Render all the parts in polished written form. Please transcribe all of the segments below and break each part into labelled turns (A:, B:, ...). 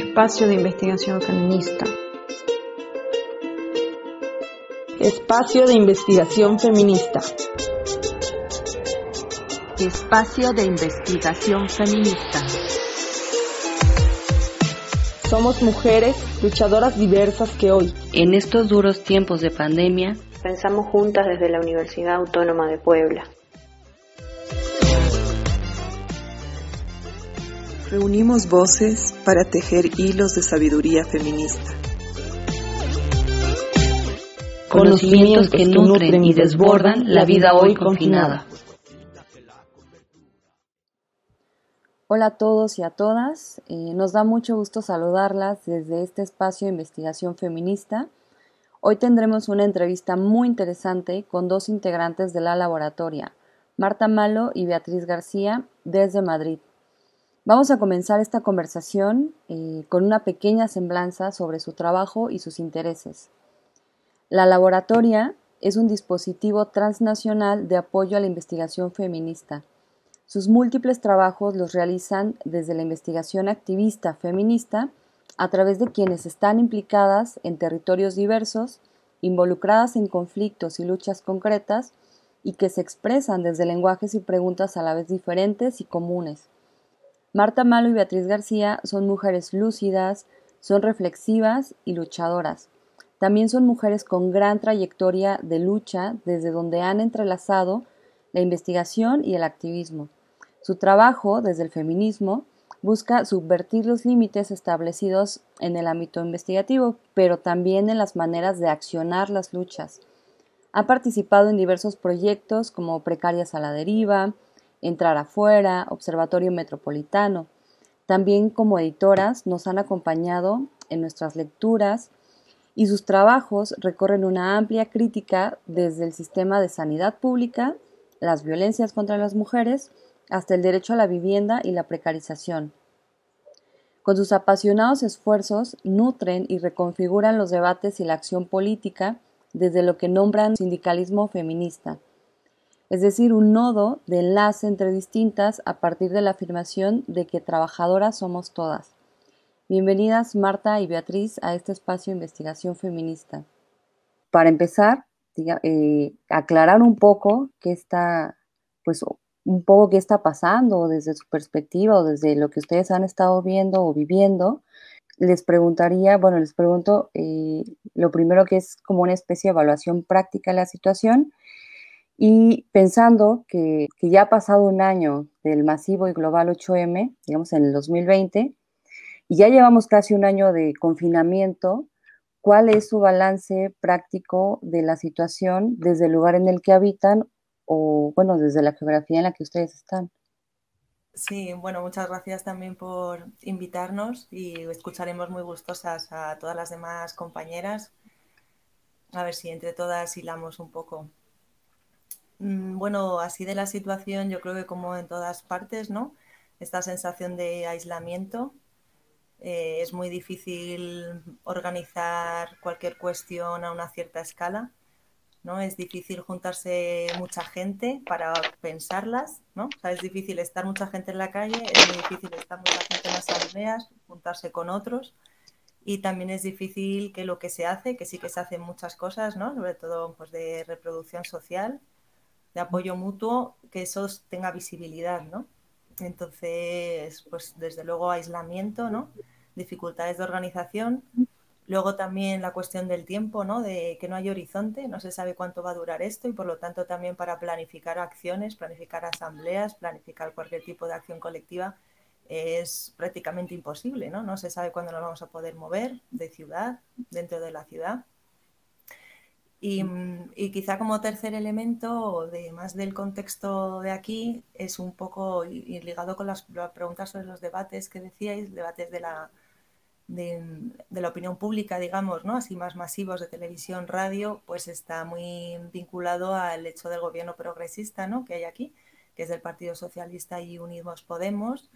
A: Espacio de investigación feminista.
B: Espacio de investigación feminista.
C: Espacio de investigación feminista.
B: Somos mujeres luchadoras diversas que hoy,
C: en estos duros tiempos de pandemia,
A: pensamos juntas desde la Universidad Autónoma de Puebla.
D: Reunimos voces para tejer hilos de sabiduría feminista.
C: Conocimientos que nutren y desbordan la vida hoy confinada.
E: Hola a todos y a todas, nos da mucho gusto saludarlas desde este espacio de investigación feminista. Hoy tendremos una entrevista muy interesante con dos integrantes de la laboratoria, Marta Malo y Beatriz García, desde Madrid. Vamos a comenzar esta conversación con una pequeña semblanza sobre su trabajo y sus intereses. La laboratoria es un dispositivo transnacional de apoyo a la investigación feminista. Sus múltiples trabajos los realizan desde la investigación activista feminista a través de quienes están implicadas en territorios diversos, involucradas en conflictos y luchas concretas y que se expresan desde lenguajes y preguntas a la vez diferentes y comunes. Marta Malo y Beatriz García son mujeres lúcidas, son reflexivas y luchadoras. También son mujeres con gran trayectoria de lucha desde donde han entrelazado la investigación y el activismo. Su trabajo, desde el feminismo, busca subvertir los límites establecidos en el ámbito investigativo, pero también en las maneras de accionar las luchas. Ha participado en diversos proyectos como Precarias a la Deriva, Entrar Afuera, Observatorio Metropolitano. También como editoras nos han acompañado en nuestras lecturas y sus trabajos recorren una amplia crítica desde el sistema de sanidad pública, las violencias contra las mujeres, hasta el derecho a la vivienda y la precarización. Con sus apasionados esfuerzos nutren y reconfiguran los debates y la acción política desde lo que nombran sindicalismo feminista, es decir, un nodo de enlace entre distintas a partir de la afirmación de que trabajadoras somos todas. Bienvenidas Marta y Beatriz a este espacio de investigación feminista. Para empezar, aclarar un poco qué está pasando desde su perspectiva o desde lo que ustedes han estado viendo o viviendo. Les pregunto lo primero que es como una especie de evaluación práctica de la situación y pensando que ya ha pasado un año del masivo y global 8M, digamos en el 2020, y ya llevamos casi un año de confinamiento. ¿Cuál es su balance práctico de la situación desde el lugar en el que habitan o, bueno, desde la geografía en la que ustedes están?
F: Sí, bueno, muchas gracias también por invitarnos y escucharemos muy gustosas a todas las demás compañeras. A ver si entre todas hilamos un poco. Bueno, así de la situación, yo creo que como en todas partes, ¿no? Esta sensación de aislamiento. Es muy difícil organizar cualquier cuestión a una cierta escala, ¿no? Es difícil juntarse mucha gente para pensarlas, ¿no? O sea, es difícil estar mucha gente en la calle, es muy difícil estar mucha gente en asambleas, juntarse con otros. Y también es difícil que lo que se hace, que sí que se hacen muchas cosas, ¿no? Sobre todo pues, de reproducción social, de apoyo mutuo, que eso tenga visibilidad, ¿no? Entonces, pues desde luego aislamiento, ¿no? Dificultades de organización. Luego también la cuestión del tiempo, ¿no? De que no hay horizonte, no se sabe cuánto va a durar esto y por lo tanto también para planificar acciones, planificar asambleas, planificar cualquier tipo de acción colectiva es prácticamente imposible, ¿no? No se sabe cuándo nos vamos a poder mover de ciudad, dentro de la ciudad. Y quizá como tercer elemento, más del contexto de aquí, es un poco y ligado con las preguntas sobre los debates que decíais, debates de la opinión pública, digamos, ¿no? Así más masivos de televisión, radio, pues está muy vinculado al hecho del gobierno progresista, ¿no? Que hay aquí, que es del Partido Socialista y Unidos Podemos,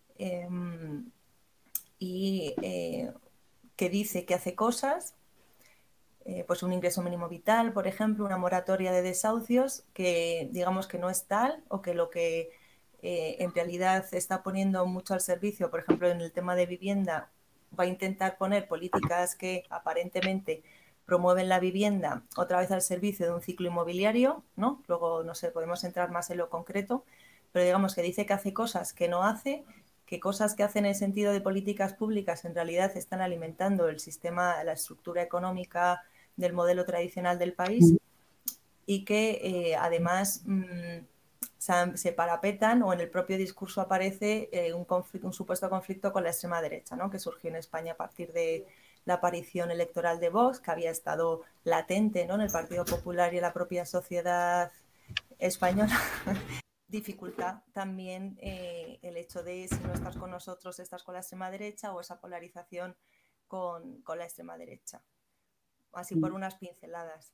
F: que dice que hace cosas, pues un ingreso mínimo vital, por ejemplo, una moratoria de desahucios que digamos que no es tal o que lo que en realidad está poniendo mucho al servicio, por ejemplo, en el tema de vivienda, va a intentar poner políticas que aparentemente promueven la vivienda otra vez al servicio de un ciclo inmobiliario, ¿no? Luego, no sé, podemos entrar más en lo concreto, pero digamos que dice que hace cosas que no hace, que cosas que hacen en el sentido de políticas públicas en realidad están alimentando el sistema, la estructura económica del modelo tradicional del país y que además se parapetan o en el propio discurso aparece un supuesto conflicto con la extrema derecha, ¿no? Que surgió en España a partir de la aparición electoral de Vox, que había estado latente, ¿no? En el Partido Popular y en la propia sociedad española. Dificulta también el hecho de si no estás con nosotros, estás con la extrema derecha o esa polarización con la extrema derecha. Así por unas pinceladas.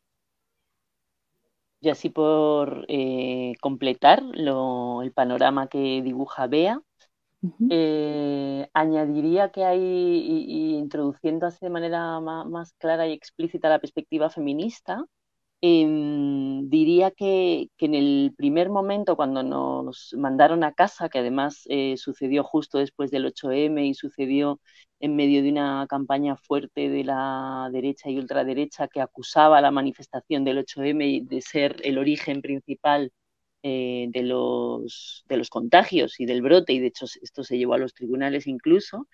G: Y así por completar el panorama que dibuja Bea, añadiría que hay, y introduciendo así de manera más clara y explícita la perspectiva feminista, diría que en el primer momento, cuando nos mandaron a casa, que además sucedió justo después del 8M y sucedió en medio de una campaña fuerte de la derecha y ultraderecha que acusaba la manifestación del 8M de ser el origen principal de los contagios y del brote, y de hecho esto se llevó a los tribunales incluso,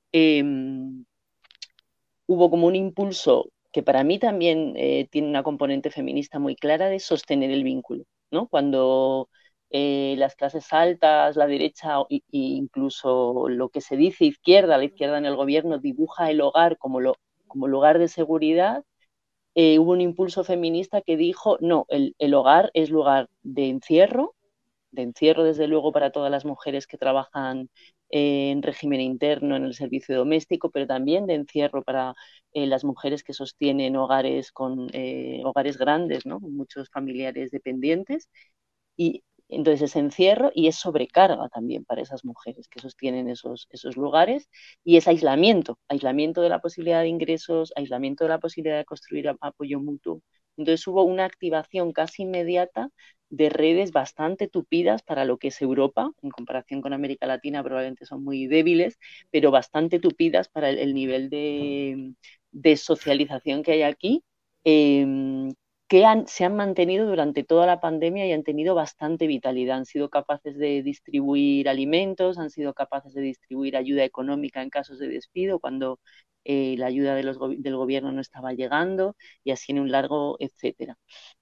G: hubo como un impulso que para mí también tiene una componente feminista muy clara de sostener el vínculo, ¿no? Cuando las clases altas, la derecha e incluso lo que se dice izquierda, la izquierda en el gobierno dibuja el hogar como lugar de seguridad, hubo un impulso feminista que dijo, no, el hogar es lugar de encierro desde luego para todas las mujeres que trabajan en régimen interno, en el servicio doméstico, pero también de encierro para las mujeres que sostienen hogares hogares grandes, ¿no? Con muchos familiares dependientes. Y entonces es encierro y es sobrecarga también para esas mujeres que sostienen esos lugares, y es aislamiento de la posibilidad de ingresos, aislamiento de la posibilidad de construir apoyo mutuo. Entonces hubo una activación casi inmediata de redes bastante tupidas para lo que es Europa, en comparación con América Latina probablemente son muy débiles, pero bastante tupidas para el nivel de socialización que hay aquí, que se han mantenido durante toda la pandemia y han tenido bastante vitalidad. Han sido capaces de distribuir alimentos, han sido capaces de distribuir ayuda económica en casos de despido, cuando la ayuda del gobierno no estaba llegando, y así en un largo etcétera.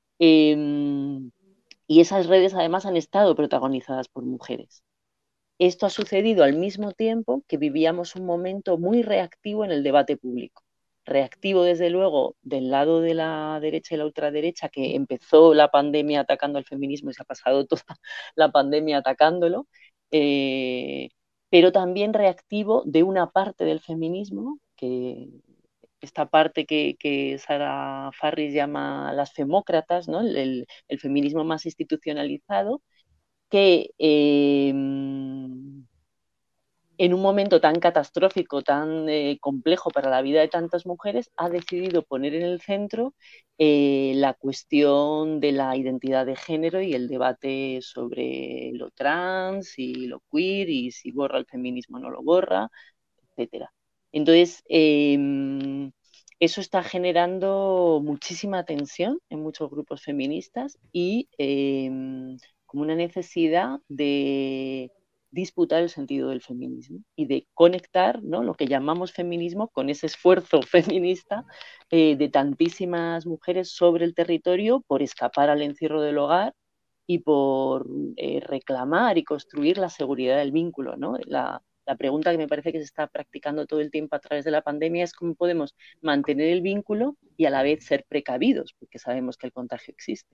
G: Y esas redes además han estado protagonizadas por mujeres. Esto ha sucedido al mismo tiempo que vivíamos un momento muy reactivo en el debate público. Reactivo, desde luego, del lado de la derecha y la ultraderecha, que empezó la pandemia atacando al feminismo y se ha pasado toda la pandemia atacándolo, pero también reactivo de una parte del feminismo, que esta parte que Sara Farris llama las femócratas, ¿no? el feminismo más institucionalizado, que en un momento tan catastrófico, tan complejo para la vida de tantas mujeres, ha decidido poner en el centro la cuestión de la identidad de género y el debate sobre lo trans y lo queer y si borra el feminismo o no lo borra, etcétera. Entonces, eso está generando muchísima tensión en muchos grupos feministas y como una necesidad de disputar el sentido del feminismo y de conectar, ¿no?, lo que llamamos feminismo con ese esfuerzo feminista de tantísimas mujeres sobre el territorio por escapar al encierro del hogar y por reclamar y construir la seguridad del vínculo, ¿no? La pregunta que me parece que se está practicando todo el tiempo a través de la pandemia es cómo podemos mantener el vínculo y a la vez ser precavidos, porque sabemos que el contagio existe.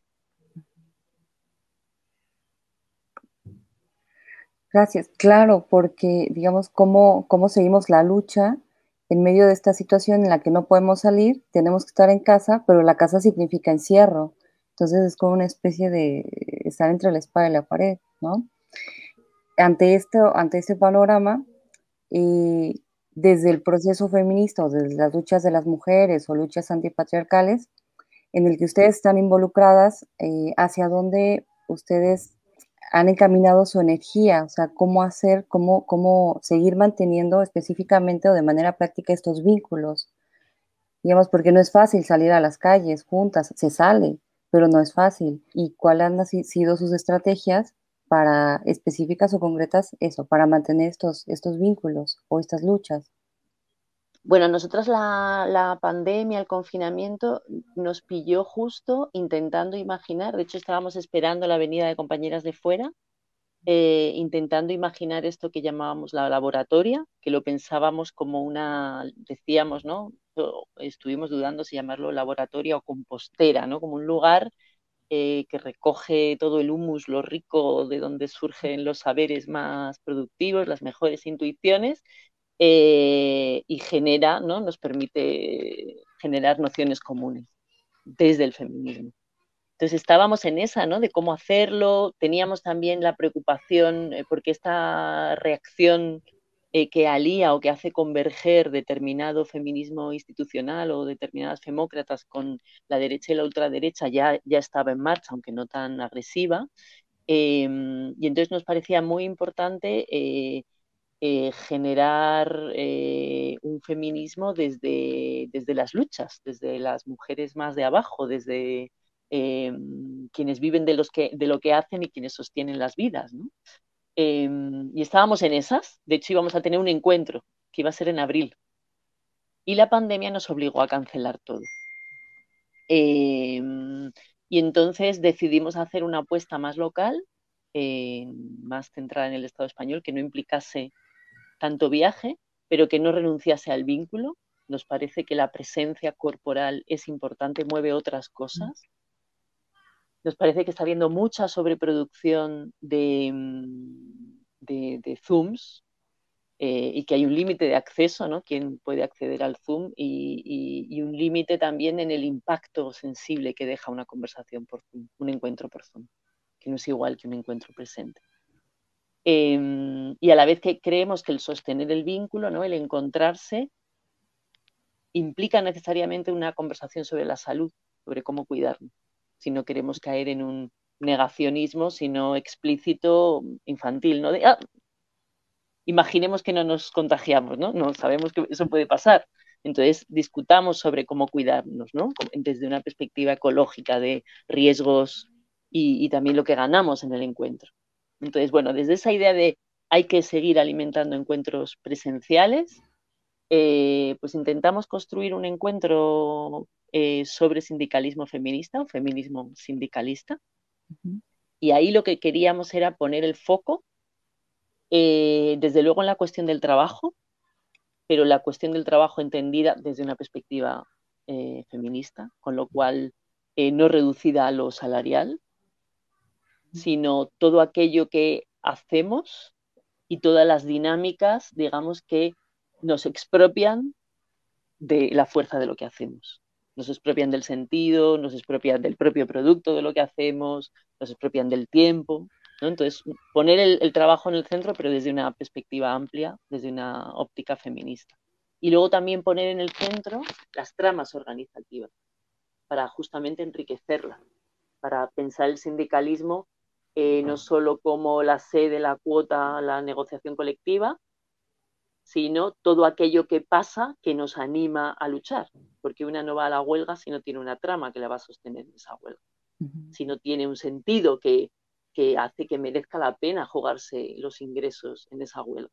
E: Gracias. Claro, porque digamos cómo seguimos la lucha en medio de esta situación en la que no podemos salir, tenemos que estar en casa, pero la casa significa encierro. Entonces es como una especie de estar entre la espada y la pared, ¿no? Ante este panorama, desde el proceso feminista o desde las luchas de las mujeres o luchas antipatriarcales en el que ustedes están involucradas, hacia dónde ustedes han encaminado su energía, o sea, cómo hacer, cómo seguir manteniendo específicamente o de manera práctica estos vínculos. Digamos, porque no es fácil salir a las calles juntas, se sale, pero no es fácil. ¿Y cuáles han sido sus estrategias para específicas o concretas eso, para mantener estos vínculos o estas luchas?
G: Bueno, nosotras la pandemia, el confinamiento, nos pilló justo intentando imaginar, de hecho estábamos esperando la venida de compañeras de fuera, intentando imaginar esto que llamábamos la laboratoria, que lo pensábamos como decíamos, ¿no? Estuvimos dudando si llamarlo laboratoria o compostera, ¿no? Como un lugar que recoge todo el humus, lo rico de donde surgen los saberes más productivos, las mejores intuiciones, y genera, ¿no? Nos permite generar nociones comunes desde el feminismo. Entonces estábamos en esa, ¿no? De cómo hacerlo. Teníamos también la preocupación, porque esta reacción que alía o que hace converger determinado feminismo institucional o determinadas femócratas con la derecha y la ultraderecha ya estaba en marcha, aunque no tan agresiva. Y entonces nos parecía muy importante generar un feminismo desde las luchas, desde las mujeres más de abajo, desde quienes viven de lo que hacen y quienes sostienen las vidas, ¿no? Y estábamos en esas. De hecho, íbamos a tener un encuentro que iba a ser en abril. Y la pandemia nos obligó a cancelar todo. Y entonces decidimos hacer una apuesta más local, más centrada en el Estado español, que no implicase tanto viaje, pero que no renunciase al vínculo. Nos parece que la presencia corporal es importante, mueve otras cosas. Nos parece que está habiendo mucha sobreproducción de Zooms, y que hay un límite de acceso, ¿no? Quién puede acceder al Zoom y un límite también en el impacto sensible que deja una conversación por Zoom, un encuentro por Zoom, que no es igual que un encuentro presente. Y a la vez que creemos que el sostener el vínculo, ¿no? El encontrarse, implica necesariamente una conversación sobre la salud, sobre cómo cuidarnos, si no queremos caer en un negacionismo, sino explícito, infantil, ¿no? Imaginemos que no nos contagiamos, ¿no? No sabemos que eso puede pasar. Entonces, discutamos sobre cómo cuidarnos, ¿no? Desde una perspectiva ecológica de riesgos y también lo que ganamos en el encuentro. Entonces, bueno, desde esa idea de hay que seguir alimentando encuentros presenciales, pues intentamos construir un encuentro sobre sindicalismo feminista o feminismo sindicalista. Y ahí lo que queríamos era poner el foco, desde luego en la cuestión del trabajo, pero la cuestión del trabajo entendida desde una perspectiva feminista, con lo cual no reducida a lo salarial, sino todo aquello que hacemos y todas las dinámicas, digamos, que nos expropian de la fuerza de lo que hacemos. Nos expropian del sentido, nos expropian del propio producto de lo que hacemos, nos expropian del tiempo, ¿no? Entonces, poner el trabajo en el centro, pero desde una perspectiva amplia, desde una óptica feminista. Y luego también poner en el centro las tramas organizativas, para justamente enriquecerla, para pensar el sindicalismo no solo como la sede, la cuota, la negociación colectiva, sino todo aquello que pasa que nos anima a luchar, porque una no va a la huelga si no tiene una trama que la va a sostener en esa huelga, si no tiene un sentido que hace que merezca la pena jugarse los ingresos en esa huelga.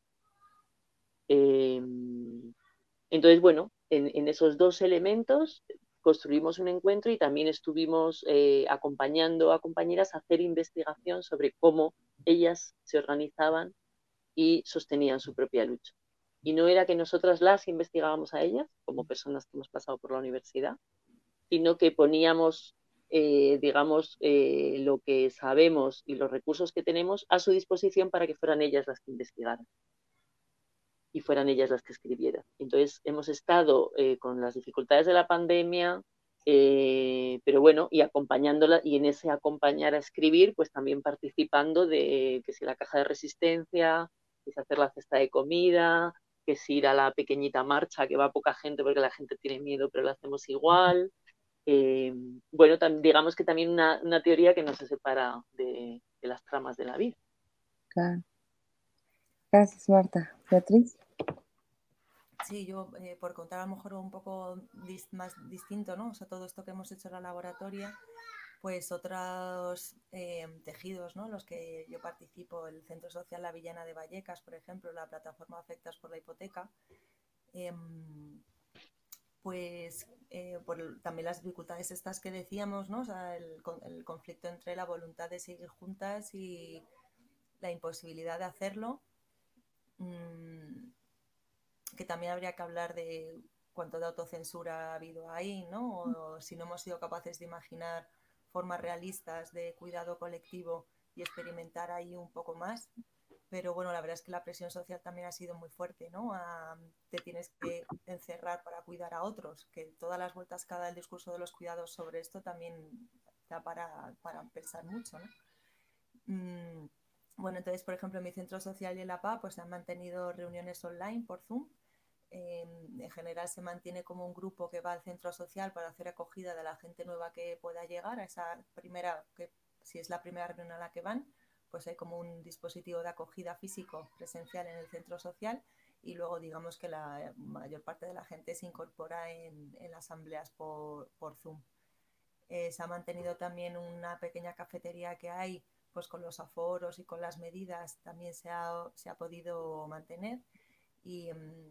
G: Entonces, bueno, en esos dos elementos construimos un encuentro y también estuvimos acompañando a compañeras a hacer investigación sobre cómo ellas se organizaban y sostenían su propia lucha. Y no era que nosotras las investigábamos a ellas, como personas que hemos pasado por la universidad, sino que poníamos, digamos, lo que sabemos y los recursos que tenemos a su disposición para que fueran ellas las que investigaran y fueran ellas las que escribieran. Entonces hemos estado con las dificultades de la pandemia, pero bueno, y acompañándola, y en ese acompañar a escribir, pues también participando de que si la caja de resistencia, que si hacer la cesta de comida, que si ir a la pequeñita marcha que va poca gente porque la gente tiene miedo, pero la hacemos igual. bueno, digamos que también una teoría que no se separa de las tramas de la vida.
E: Claro. Gracias, Marta. Beatriz.
F: Sí, yo por contar a lo mejor un poco más distinto, ¿no? O sea, todo esto que hemos hecho en la laboratoria, pues otros tejidos, ¿no? Los que yo participo, el Centro Social La Villana de Vallecas, por ejemplo, la plataforma Afectas por la Hipoteca, pues por también las dificultades estas que decíamos, ¿no? O sea, el conflicto entre la voluntad de seguir juntas y la imposibilidad de hacerlo, que también habría que hablar de cuánto de autocensura ha habido ahí, ¿no? O si no hemos sido capaces de imaginar formas realistas de cuidado colectivo y experimentar ahí un poco más. Pero bueno, la verdad es que la presión social también ha sido muy fuerte, ¿no? Te tienes que encerrar para cuidar a otros, que todas las vueltas que da el discurso de los cuidados sobre esto también da para pensar mucho, ¿no? Bueno, entonces, por ejemplo, en mi centro social y en la PA, pues se han mantenido reuniones online por Zoom. En general se mantiene como un grupo que va al centro social para hacer acogida de la gente nueva que pueda llegar a esa primera, que si es la primera reunión a la que van, pues hay como un dispositivo de acogida físico presencial en el centro social y luego digamos que la mayor parte de la gente se incorpora en asambleas por Zoom. Se ha mantenido también una pequeña cafetería que hay, pues con los aforos y con las medidas también se ha podido mantener. Y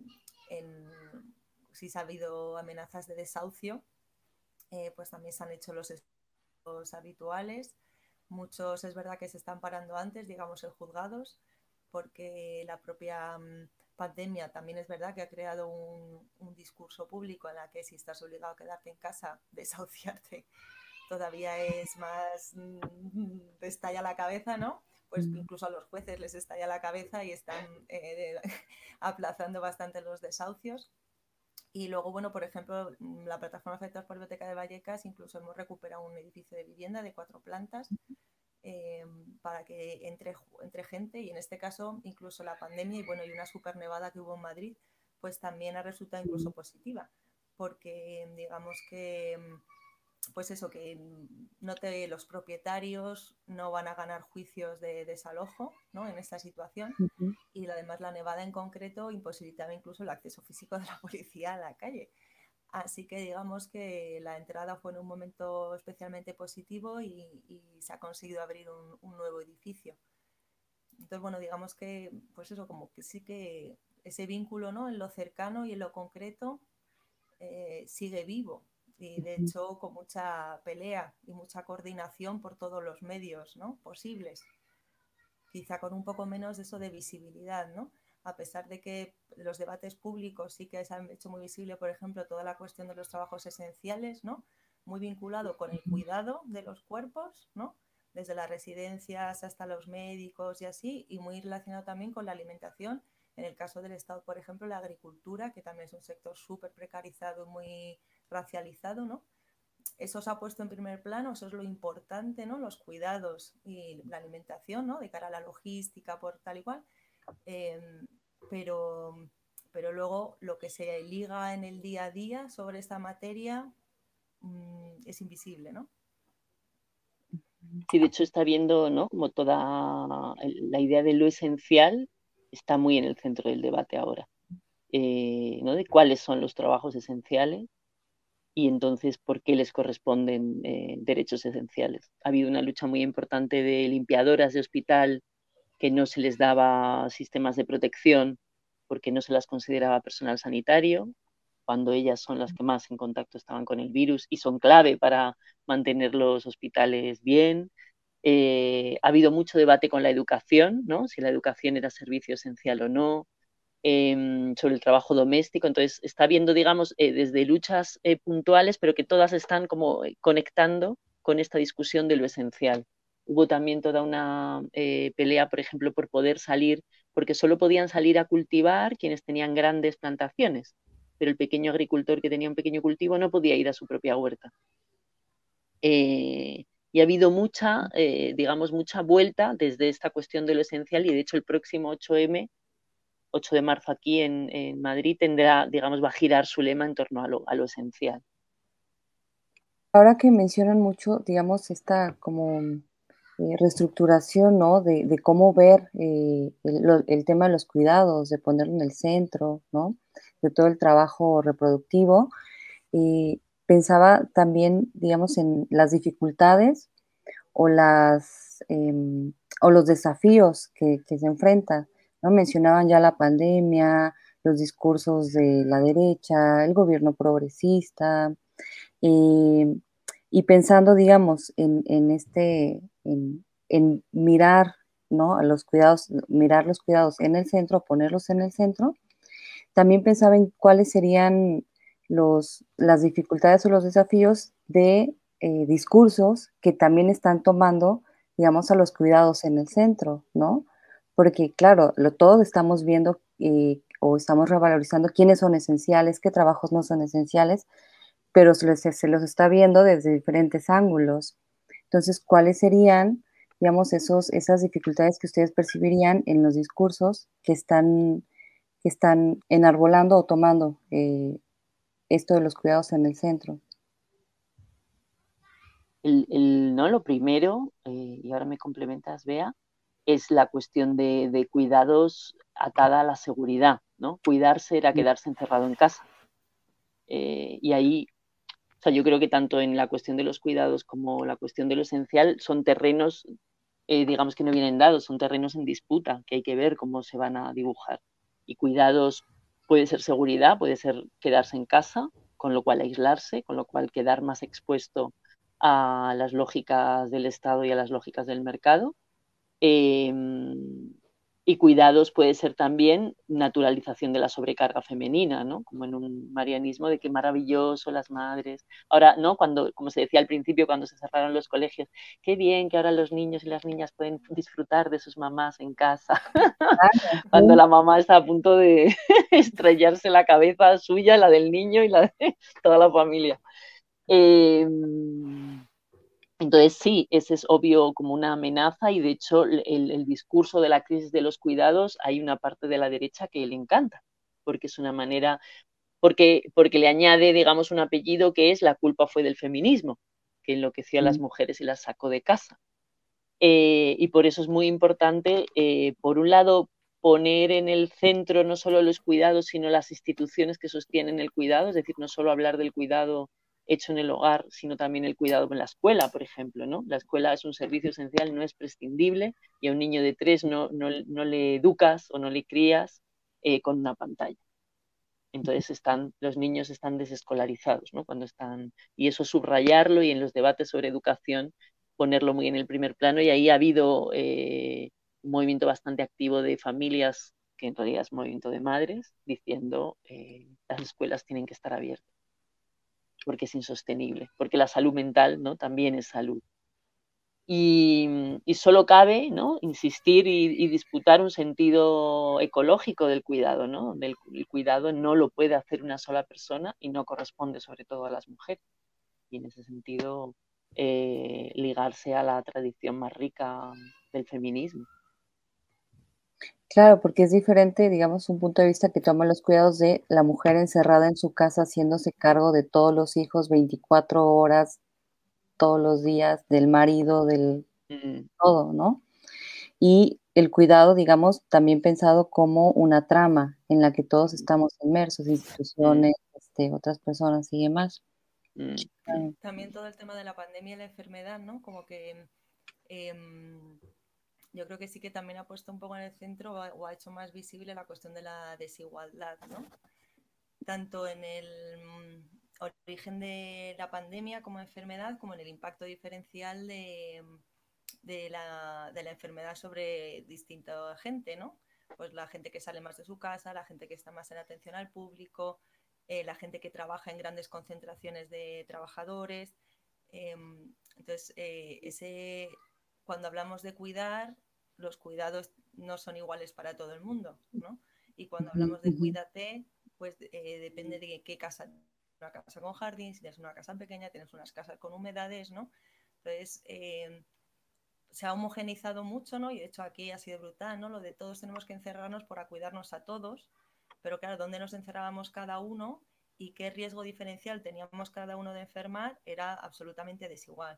F: si se ha habido amenazas de desahucio, pues también se han hecho los estudios habituales. Muchos es verdad que se están parando antes, digamos, en juzgados, porque la propia pandemia también es verdad que ha creado un discurso público en la que si estás obligado a quedarte en casa, desahuciarte todavía es más, te estalla la cabeza, ¿no? Pues incluso a los jueces les estalla la cabeza y están aplazando bastante los desahucios. Y luego, bueno, por ejemplo, la plataforma Afectados por Hipoteca de Vallecas, incluso hemos recuperado un edificio de vivienda de 4 plantas para que entre gente, y en este caso incluso la pandemia y bueno, y una super nevada que hubo en Madrid, pues también ha resultado incluso positiva, porque digamos que pues eso, que los propietarios no van a ganar juicios de desalojo, ¿no? En esta situación. Y además la nevada en concreto imposibilitaba incluso el acceso físico de la policía a la calle. Así que digamos que la entrada fue en un momento especialmente positivo y se ha conseguido abrir un nuevo edificio. Entonces, bueno, digamos que, pues eso, como que sí que ese vínculo, ¿no? En lo cercano y en lo concreto sigue vivo. Y de hecho con mucha pelea y mucha coordinación por todos los medios, ¿no? Posibles. Quizá con un poco menos de eso de visibilidad, ¿no? A pesar de que los debates públicos sí que se han hecho muy visible, por ejemplo, toda la cuestión de los trabajos esenciales, ¿no? Muy vinculado con el cuidado de los cuerpos, ¿no? Desde las residencias hasta los médicos y así, y muy relacionado también con la alimentación. En el caso del Estado, por ejemplo, la agricultura, que también es un sector súper precarizado, muy racializado, ¿no? Eso se ha puesto en primer plano, eso es lo importante, ¿no? Los cuidados y la alimentación, ¿no? De cara a la logística, por tal y cual. Pero luego lo que se liga en el día a día sobre esta materia es invisible, ¿no?
G: Sí, de hecho está viendo, ¿no? Como toda la idea de lo esencial está muy en el centro del debate ahora, ¿no? De cuáles son los trabajos esenciales y entonces por qué les corresponden derechos esenciales. Ha habido una lucha muy importante de limpiadoras de hospital que no se les daba sistemas de protección porque no se las consideraba personal sanitario, cuando ellas son las que más en contacto estaban con el virus y son clave para mantener los hospitales bien. Ha habido mucho debate con la educación, ¿no? Si la educación era servicio esencial o no, sobre el trabajo doméstico. Entonces está habiendo, digamos, desde luchas puntuales, pero que todas están como conectando con esta discusión de lo esencial. Hubo también toda una pelea, por ejemplo, por poder salir, porque solo podían salir a cultivar quienes tenían grandes plantaciones, pero el pequeño agricultor que tenía un pequeño cultivo no podía ir a su propia huerta. Y ha habido digamos, mucha vuelta desde esta cuestión de lo esencial y de hecho el próximo 8M, 8 de marzo aquí en Madrid, tendrá, digamos, va a girar su lema en torno a lo esencial.
E: Ahora que mencionan mucho, digamos, esta como reestructuración, ¿no? De cómo ver el tema de los cuidados, de ponerlo en el centro, ¿no? De todo el trabajo reproductivo. Pensaba también, digamos, en las dificultades o o los desafíos que se enfrentan, ¿no? Mencionaban ya la pandemia, los discursos de la derecha, el gobierno progresista, eh, y pensando, digamos, en mirar, ¿no? A los cuidados, mirar los cuidados en el centro, ponerlos en el centro. También pensaba en cuáles serían las dificultades o los desafíos de discursos que también están tomando, digamos, a los cuidados en el centro, ¿no? Porque, claro, todos estamos viendo o estamos revalorizando quiénes son esenciales, qué trabajos no son esenciales, pero se los está viendo desde diferentes ángulos. Entonces, ¿cuáles serían, digamos, esas dificultades que ustedes percibirían en los discursos que están enarbolando o tomando esto de los cuidados en el centro?
G: ¿No? Lo primero, y ahora me complementas, Bea, es la cuestión de cuidados atada a la seguridad, ¿no? Cuidarse era quedarse encerrado en casa. Y ahí, o sea, yo creo que tanto en la cuestión de los cuidados como la cuestión de lo esencial son terrenos, digamos que no vienen dados, son terrenos en disputa, que hay que ver cómo se van a dibujar. Y cuidados puede ser seguridad, puede ser quedarse en casa, con lo cual aislarse, con lo cual quedar más expuesto a las lógicas del Estado y a las lógicas del mercado. Eh, y cuidados puede ser también naturalización de la sobrecarga femenina, ¿no? Como en un marianismo de qué maravilloso las madres. Ahora, ¿no? Cuando, como se decía al principio, cuando se cerraron los colegios, qué bien que ahora los niños y las niñas pueden disfrutar de sus mamás en casa. Cuando la mamá está a punto de estrellarse la cabeza suya, la del niño y la de toda la familia. Eh, entonces, sí, ese es obvio como una amenaza y de hecho el discurso de la crisis de los cuidados hay una parte de la derecha que le encanta, porque es una manera, porque le añade, digamos, un apellido que es la culpa fue del feminismo, que enloqueció a las mujeres y las sacó de casa. Y por eso es muy importante, por un lado, poner en el centro no solo los cuidados, sino las instituciones que sostienen el cuidado, es decir, no solo hablar del cuidado hecho en el hogar, sino también el cuidado en la escuela, por ejemplo, ¿no? La escuela es un servicio esencial, no es prescindible, y a un niño de 3 no le educas o no le crías con una pantalla. Entonces los niños están desescolarizados, ¿no? Cuando están, y eso subrayarlo y en los debates sobre educación ponerlo muy en el primer plano y ahí ha habido un movimiento bastante activo de familias, que en realidad es un movimiento de madres, diciendo las escuelas tienen que estar abiertas porque es insostenible, porque la salud mental, ¿no? También es salud. Y solo cabe, ¿no? Insistir y disputar un sentido ecológico del cuidado, ¿no? El cuidado no lo puede hacer una sola persona y no corresponde sobre todo a las mujeres. Y en ese sentido, ligarse a la tradición más rica del feminismo.
E: Claro, porque es diferente, digamos, un punto de vista que toma los cuidados de la mujer encerrada en su casa, haciéndose cargo de todos los hijos 24 horas, todos los días, del marido, del todo, ¿no? Y el cuidado, digamos, también pensado como una trama en la que todos estamos inmersos, instituciones, otras personas y demás.
F: También todo el tema de la pandemia y la enfermedad, ¿no? Como que yo creo que sí que también ha puesto un poco en el centro o ha hecho más visible la cuestión de la desigualdad, ¿no? Tanto en el origen de la pandemia como enfermedad, como en el impacto diferencial de la enfermedad sobre distinta gente, ¿no? Pues la gente que sale más de su casa, la gente que está más en atención al público, la gente que trabaja en grandes concentraciones de trabajadores. Entonces, cuando hablamos de cuidar, los cuidados no son iguales para todo el mundo, ¿no? Y cuando hablamos de cuídate, pues depende de qué casa, una casa con jardín, si tienes una casa pequeña, tienes unas casas con humedades, ¿no? Entonces, se ha homogenizado mucho, ¿no? Y de hecho aquí ha sido brutal, ¿no? Lo de todos tenemos que encerrarnos para cuidarnos a todos, pero claro, ¿dónde nos encerrábamos cada uno y qué riesgo diferencial teníamos cada uno de enfermar era absolutamente desigual.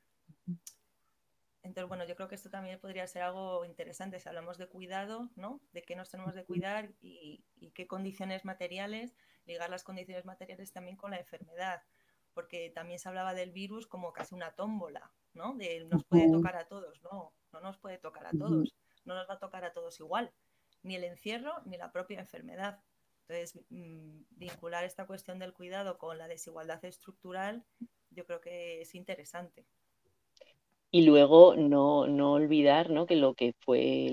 F: Entonces, bueno, yo creo que esto también podría ser algo interesante si hablamos de cuidado, ¿no? De qué nos tenemos de cuidar y qué condiciones materiales, ligar las condiciones materiales también con la enfermedad, porque también se hablaba del virus como casi una tómbola, ¿no? De nos puede tocar a todos, no nos puede tocar a todos, no nos va a tocar a todos igual, ni el encierro ni la propia enfermedad. Entonces, vincular esta cuestión del cuidado con la desigualdad estructural, yo creo que es interesante.
G: Y luego no olvidar, ¿no?, que lo que fue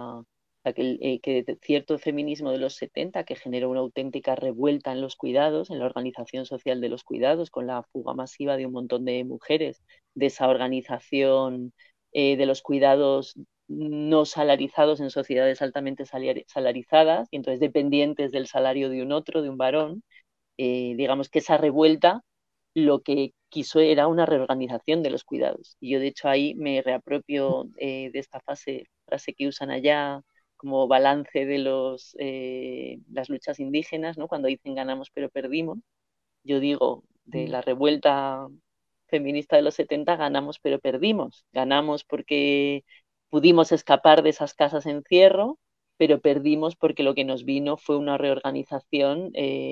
G: que cierto feminismo de los 70 que generó una auténtica revuelta en los cuidados, en la organización social de los cuidados, con la fuga masiva de un montón de mujeres de esa organización de los cuidados no salarizados en sociedades altamente salarizadas y entonces dependientes del salario de un otro, de un varón. Digamos que esa revuelta lo que quiso era una reorganización de los cuidados. Y yo, de hecho, ahí me reapropio de esta frase que usan allá como balance de las luchas indígenas, ¿no? Cuando dicen ganamos pero perdimos. Yo digo, de la revuelta feminista de los 70, ganamos pero perdimos. Ganamos porque pudimos escapar de esas casas en encierro, pero perdimos porque lo que nos vino fue una reorganización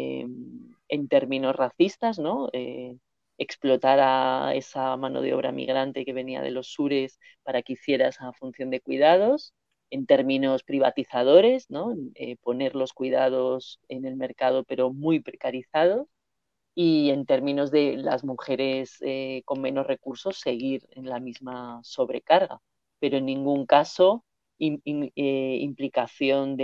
G: en términos racistas, ¿no? Explotar a esa mano de obra migrante que venía de los sures para que hiciera esa función de cuidados, en términos privatizadores, ¿no? Poner los cuidados en el mercado pero muy precarizados, y en términos de las mujeres con menos recursos seguir en la misma sobrecarga, pero en ningún caso implicación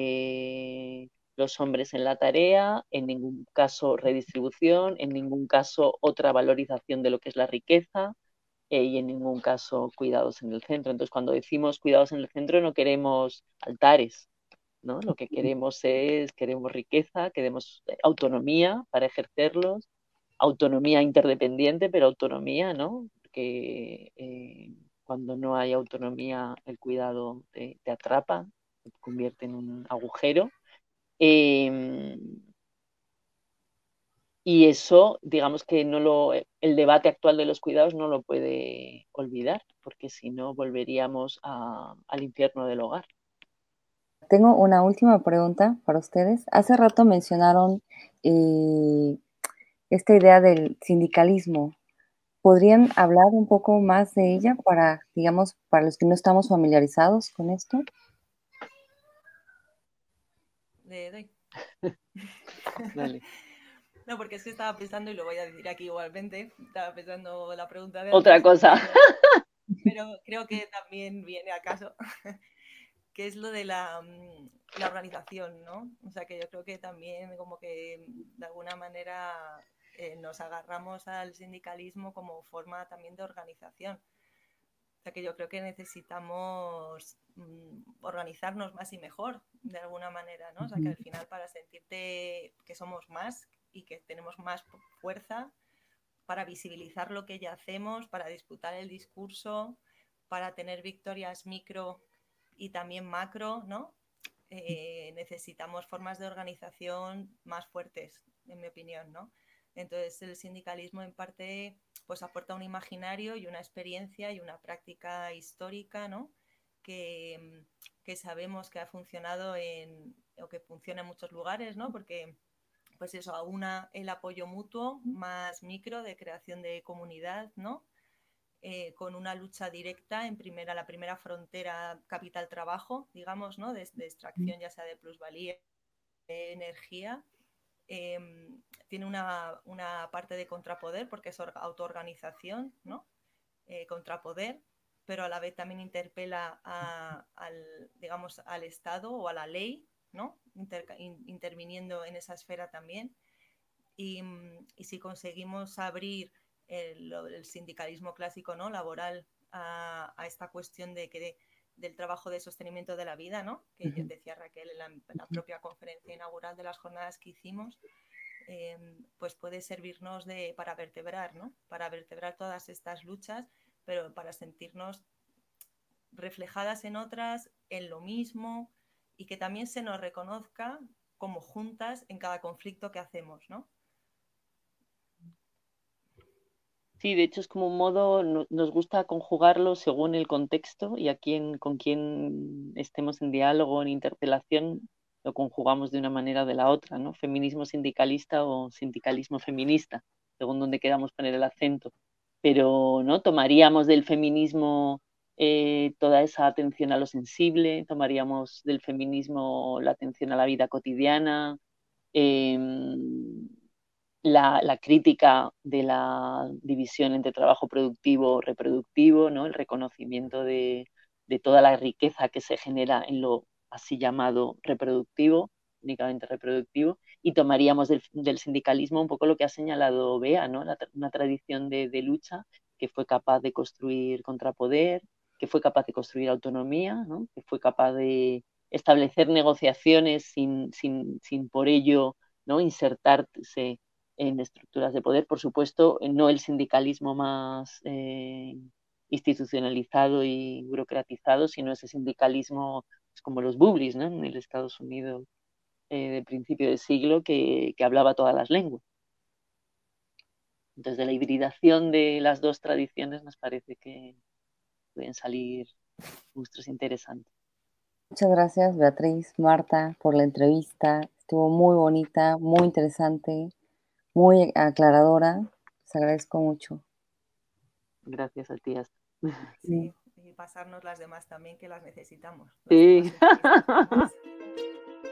G: de los hombres en la tarea, en ningún caso redistribución, en ningún caso otra valorización de lo que es la riqueza, y en ningún caso cuidados en el centro. Entonces, cuando decimos cuidados en el centro no queremos altares, ¿no? Lo que queremos riqueza, queremos autonomía para ejercerlos, autonomía interdependiente, pero autonomía, ¿no? Porque cuando no hay autonomía el cuidado te atrapa, te convierte en un agujero. Y eso, digamos que el debate actual de los cuidados no lo puede olvidar, porque si no volveríamos al infierno del hogar.
E: Tengo una última pregunta para ustedes. Hace rato mencionaron esta idea del sindicalismo. ¿Podrían hablar un poco más de ella para, digamos, para los que no estamos familiarizados con esto?
F: Le doy.
G: Dale.
F: No, porque es que estaba pensando, y lo voy a decir aquí igualmente, estaba pensando la pregunta de
G: otra
F: antes,
G: cosa.
F: pero creo que también viene a caso, que es lo de la organización, ¿no? O sea, que yo creo que también como que de alguna manera nos agarramos al sindicalismo como forma también de organización. O sea, que yo creo que necesitamos organizarnos más y mejor, de alguna manera, ¿no? O sea, que al final para sentirte que somos más y que tenemos más fuerza para visibilizar lo que ya hacemos, para disputar el discurso, para tener victorias micro y también macro, ¿no? Necesitamos formas de organización más fuertes, en mi opinión, ¿no? Entonces el sindicalismo en parte pues aporta un imaginario y una experiencia y una práctica histórica, ¿no? Que sabemos que ha funcionado o que funciona en muchos lugares, ¿no? Porque pues eso, aúna el apoyo mutuo más micro de creación de comunidad, ¿no? Con una lucha directa la primera frontera capital-trabajo, digamos, ¿no? De extracción ya sea de plusvalía, de energía. Tiene una parte de contrapoder porque es autoorganización, ¿no? Contrapoder, pero a la vez también interpela al Estado o a la ley, ¿no? Interviniendo en esa esfera también. Y si conseguimos abrir el sindicalismo clásico, ¿no? Laboral a esta cuestión del trabajo de sostenimiento de la vida, ¿no? Que decía Raquel en la propia conferencia inaugural de las jornadas que hicimos, pues puede servirnos para vertebrar, ¿no? Para vertebrar todas estas luchas, pero para sentirnos reflejadas en otras, en lo mismo, y que también se nos reconozca como juntas en cada conflicto que hacemos, ¿no?
G: Sí, de hecho es como un modo, nos gusta conjugarlo según el contexto y con quién estemos en diálogo, en interpelación, lo conjugamos de una manera o de la otra, ¿no? Feminismo sindicalista o sindicalismo feminista, según donde queramos poner el acento. Pero, ¿no? Tomaríamos del feminismo toda esa atención a lo sensible, tomaríamos del feminismo la atención a la vida cotidiana, eh, la crítica de la división entre trabajo productivo y reproductivo, ¿no? El reconocimiento de toda la riqueza que se genera en lo así llamado reproductivo, únicamente reproductivo, y tomaríamos del sindicalismo un poco lo que ha señalado Bea, ¿no? Una tradición de lucha que fue capaz de construir contrapoder, que fue capaz de construir autonomía, ¿no? Que fue capaz de establecer negociaciones sin por ello, ¿no? Insertarse en estructuras de poder, por supuesto, no el sindicalismo más institucionalizado y burocratizado, sino ese sindicalismo pues, como los bublis, ¿no? En el Estados Unidos de principio de siglo que hablaba todas las lenguas. Entonces, de la hibridación de las dos tradiciones nos parece que pueden salir monstruos interesantes.
E: Muchas gracias, Beatriz, Marta, por la entrevista. Estuvo muy bonita, muy interesante, muy aclaradora. Les agradezco mucho.
G: Gracias a ti.
F: Sí, y pasarnos las demás también, que las necesitamos.
G: Sí.